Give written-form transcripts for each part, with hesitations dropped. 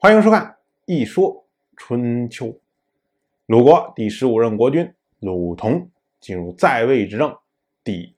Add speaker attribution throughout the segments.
Speaker 1: 欢迎收看《一说春秋》。鲁国第15任国君鲁同进入在位执政第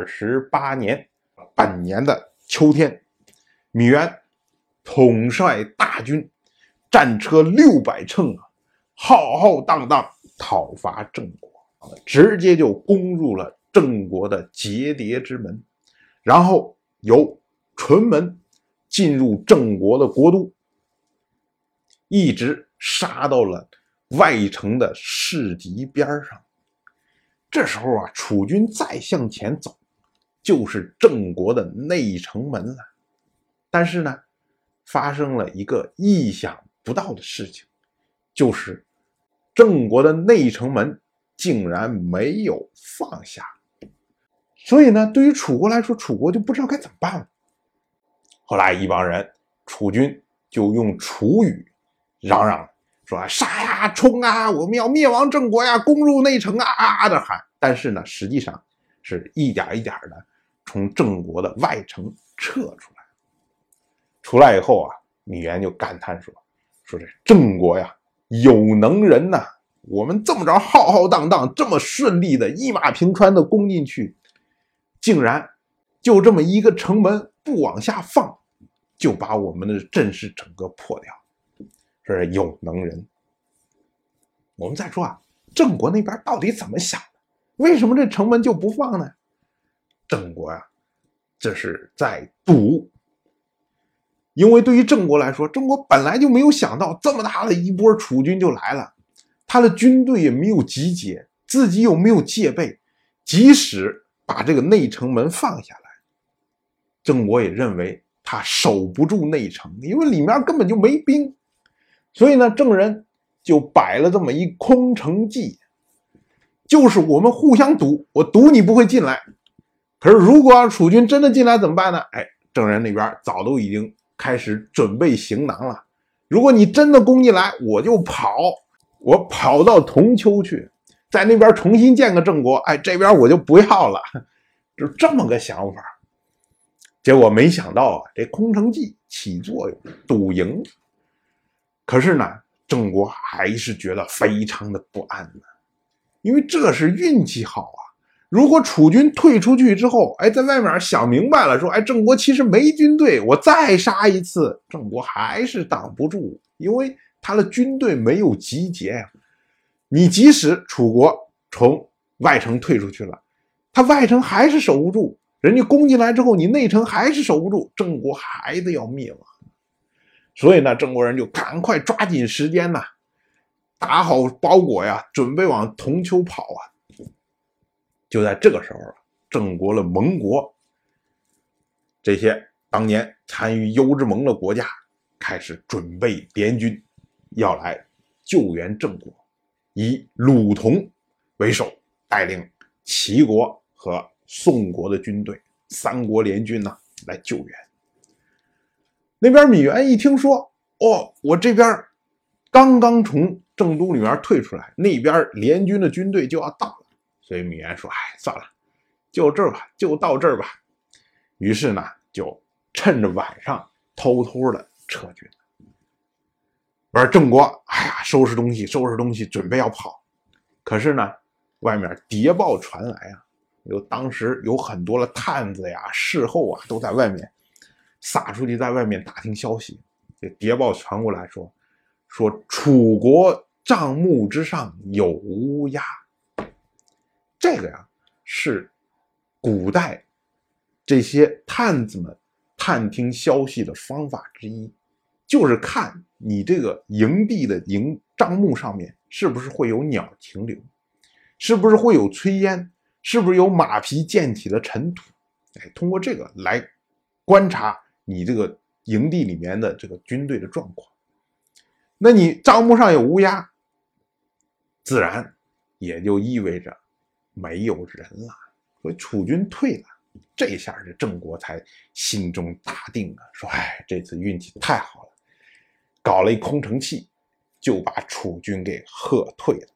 Speaker 1: 28年，本年的秋天，芈原统帅大军，战车600乘，浩浩荡荡讨伐郑国，直接就攻入了郑国的结牒之门，然后由淳门进入郑国的国都，一直杀到了外城的市集边上。这时候啊，楚军再向前走，就是郑国的内城门了。但是呢，发生了一个意想不到的事情，就是郑国的内城门竟然没有放下。所以呢，对于楚国来说，楚国就不知道该怎么办了。后来一帮人，楚军就用楚语嚷嚷说杀呀，冲啊，我们要灭亡郑国呀，攻入内城啊的喊。但是呢，实际上是一点一点的从郑国的外城撤出来。出来以后啊，芈原就感叹说这郑国呀有能人呐，我们这么着浩浩荡荡这么顺利的一马平川的攻进去，竟然就这么一个城门不往下放，就把我们的阵势整个破掉，这是有能人。我们再说啊，郑国那边到底怎么想的？为什么这城门就不放呢？郑国啊，这是在赌。因为对于郑国来说，郑国本来就没有想到这么大的一波楚军就来了，他的军队也没有集结，自己又没有戒备，即使把这个内城门放下来，郑国也认为他守不住内城，因为里面根本就没兵。所以呢，郑人就摆了这么一空城计，就是我们互相赌，我赌你不会进来。可是如果要楚军真的进来怎么办呢？郑人那边早都已经开始准备行囊了。如果你真的攻进来，我就跑，我跑到铜丘去，在那边重新建个郑国，这边我就不要了，就这么个想法。结果没想到啊，这空城计起作用，赌赢。可是呢，郑国还是觉得非常的不安呢，因为这是运气好啊。如果楚军退出去之后，在外面想明白了，说郑国其实没军队，我再杀一次，郑国还是挡不住，因为他的军队没有集结呀。你即使楚国从外城退出去了，他外城还是守不住，人家攻进来之后，你内城还是守不住，郑国还得要灭亡。所以呢，郑国人就赶快抓紧时间呐，打好包裹呀，准备往铜丘跑啊。就在这个时候，郑国的盟国，这些当年参与幽之盟的国家开始准备联军，要来救援郑国，以鲁同为首，带领齐国和宋国的军队，3国联军呢来救援。那边芈原一听说，我这边刚刚从郑都里面退出来，那边联军的军队就要到了，所以芈原说算了，就这儿吧，就到这儿吧。于是呢，就趁着晚上偷偷的撤军。而郑国收拾东西准备要跑。可是呢，外面谍报传来啊，当时有很多的探子呀、侍候啊都在外面撒出去，在外面打听消息。这谍报传过来说楚国帐幕之上有乌鸦。这个呀是古代这些探子们探听消息的方法之一，就是看你这个营地的帐幕上面是不是会有鸟停留，是不是会有炊烟，是不是有马匹溅起的尘土，通过这个来观察你这个营地里面的这个军队的状况。那你帐幕上有乌鸦，自然也就意味着没有人了，所以楚军退了。这下这郑国才心中大定啊，说这次运气太好了，搞了一空城计，就把楚军给喝退了。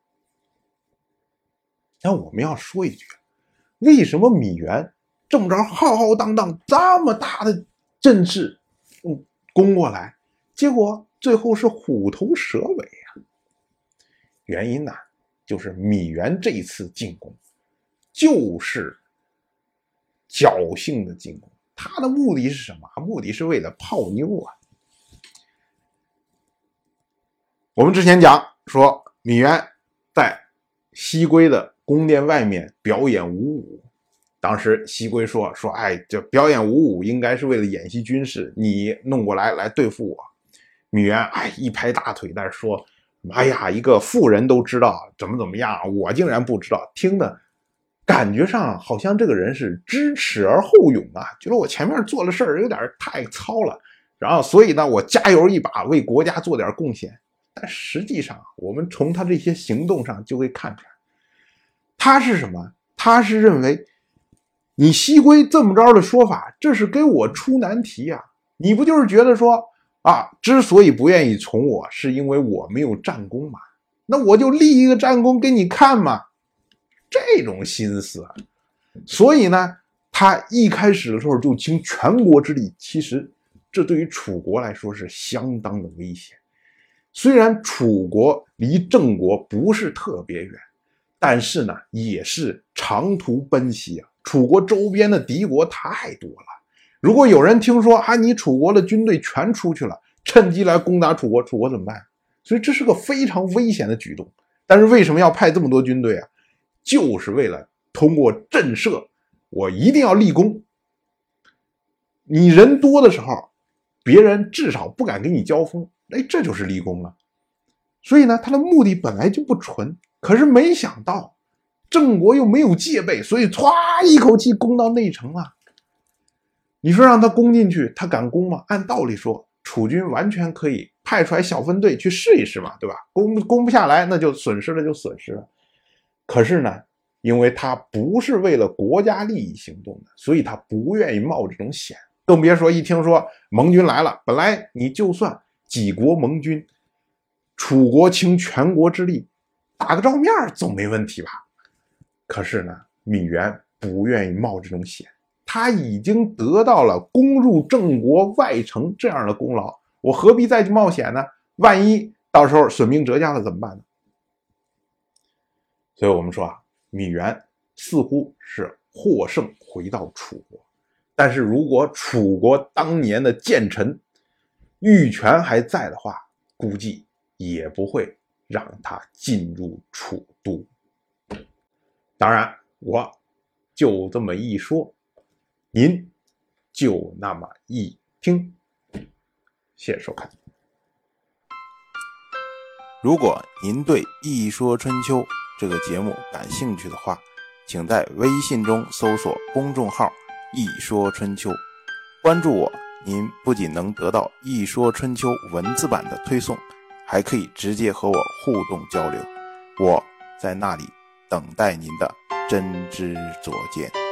Speaker 1: 但我们要说一句，为什么芈原这么着浩浩荡荡这么大的阵势攻过来，结果最后是虎头蛇尾啊。原因呢，就是米原这一次进攻就是侥幸的进攻，他的目的是什么？目的是为了泡妞啊。我们之前讲说，米原在西归的宫殿外面表演舞舞，当时西归说，哎，这表演舞舞应该是为了演习军事，你弄过来对付我。米原一拍大腿在说，哎呀，一个妇人都知道怎么样，我竟然不知道。听的感觉上好像这个人是知耻而后勇啊，觉得我前面做的事儿有点太糙了，然后所以呢，我加油一把，为国家做点贡献。但实际上我们从他这些行动上就会看出来，他是什么？他是认为你西归这么着的说法，这是给我出难题啊！你不就是觉得说之所以不愿意从我，是因为我没有战功嘛？那我就立一个战功给你看嘛，这种心思啊。所以呢，他一开始的时候就倾全国之力，其实这对于楚国来说是相当的危险。虽然楚国离郑国不是特别远，但是呢，也是长途奔袭啊。楚国周边的敌国太多了，如果有人听说你楚国的军队全出去了，趁机来攻打楚国，楚国怎么办？所以这是个非常危险的举动。但是为什么要派这么多军队啊？就是为了通过震慑，我一定要立功。你人多的时候，别人至少不敢跟你交锋，这就是立功了。所以呢，他的目的本来就不纯，可是没想到郑国又没有戒备，所以歘一口气攻到内城了。你说让他攻进去，他敢攻吗？按道理说，楚军完全可以派出来小分队去试一试嘛，对吧？攻不下来，那就损失了就损失了。可是呢，因为他不是为了国家利益行动的，所以他不愿意冒这种险。更别说一听说盟军来了，本来你就算几国盟军，楚国倾全国之力打个照面总没问题吧？可是呢，米原不愿意冒这种险，他已经得到了攻入郑国外城这样的功劳，我何必再去冒险呢？万一到时候损兵折将了怎么办呢？所以我们说米原似乎是获胜回到楚国，但是如果楚国当年的谏臣玉泉还在的话，估计也不会让他进入楚都。当然，我就这么一说，您就那么一听。谢谢收看。
Speaker 2: 如果您对《一说春秋》这个节目感兴趣的话，请在微信中搜索公众号“一说春秋”，关注我，您不仅能得到《一说春秋》文字版的推送，还可以直接和我互动交流。我在那里等待您的真知灼见。